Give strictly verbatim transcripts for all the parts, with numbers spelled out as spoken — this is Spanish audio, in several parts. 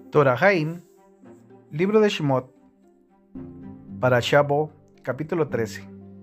Torahaim, libro de Shemot, para Shabo, capítulo trece.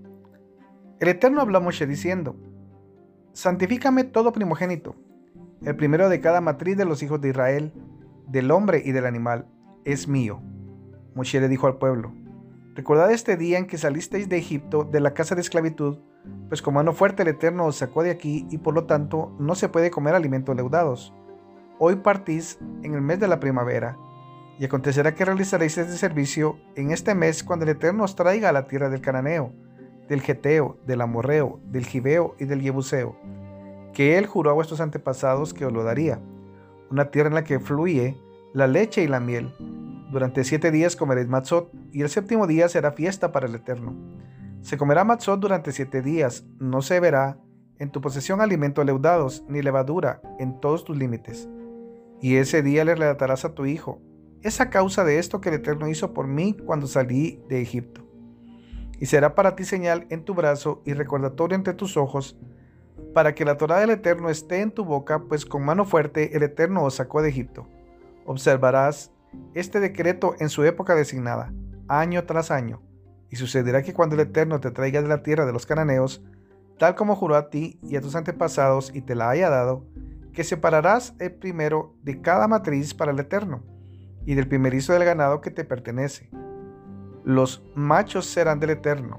El Eterno habló a Moshe diciendo: Santifícame todo primogénito, el primero de cada matriz de los hijos de Israel, del hombre y del animal, es mío. Moshe le dijo al pueblo: Recordad este día en que salisteis de Egipto, de la casa de esclavitud, pues con mano fuerte el Eterno os sacó de aquí, y por lo tanto no se puede comer alimentos leudados. Hoy partís en el mes de la primavera, y acontecerá que realizaréis este servicio en este mes cuando el Eterno os traiga a la tierra del Cananeo, del Geteo, del Amorreo, del Gibeo y del Jebuseo, que él juró a vuestros antepasados que os lo daría, una tierra en la que fluye la leche y la miel. Durante siete días comeréis matzot, y el séptimo día será fiesta para el Eterno. Se comerá matzot durante siete días, no se verá en tu posesión alimentos leudados, ni levadura en todos tus límites. Y ese día le relatarás a tu hijo: es a causa de esto que el Eterno hizo por mí cuando salí de Egipto. Y será para ti señal en tu brazo y recordatorio entre tus ojos, para que la Torá del Eterno esté en tu boca, pues con mano fuerte el Eterno os sacó de Egipto. Observarás este decreto en su época designada, año tras año, y sucederá que cuando el Eterno te traiga de la tierra de los cananeos, tal como juró a ti y a tus antepasados y te la haya dado, que separarás el primero de cada matriz para el Eterno, y del primerizo del ganado que te pertenece. Los machos serán del Eterno.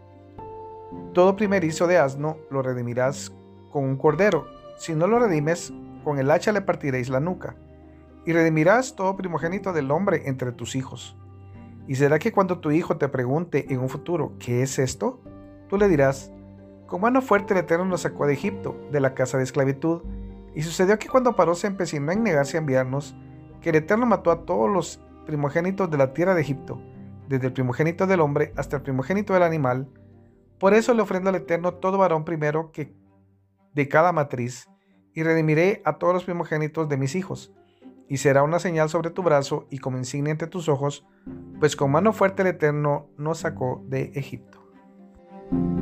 Todo primerizo de asno lo redimirás con un cordero. Si no lo redimes, con el hacha le partiréis la nuca. Y redimirás todo primogénito del hombre entre tus hijos. Y será que cuando tu hijo te pregunte en un futuro: ¿qué es esto?, tú le dirás: con mano fuerte el Eterno nos sacó de Egipto, de la casa de esclavitud. Y sucedió que cuando Paró se empecinó en negarse a enviarnos, que el Eterno mató a todos los primogénitos de la tierra de Egipto, desde el primogénito del hombre hasta el primogénito del animal. Por eso le ofrendo al Eterno todo varón primero que de cada matriz, y redimiré a todos los primogénitos de mis hijos. Y será una señal sobre tu brazo y como insignia entre tus ojos, pues con mano fuerte el Eterno nos sacó de Egipto.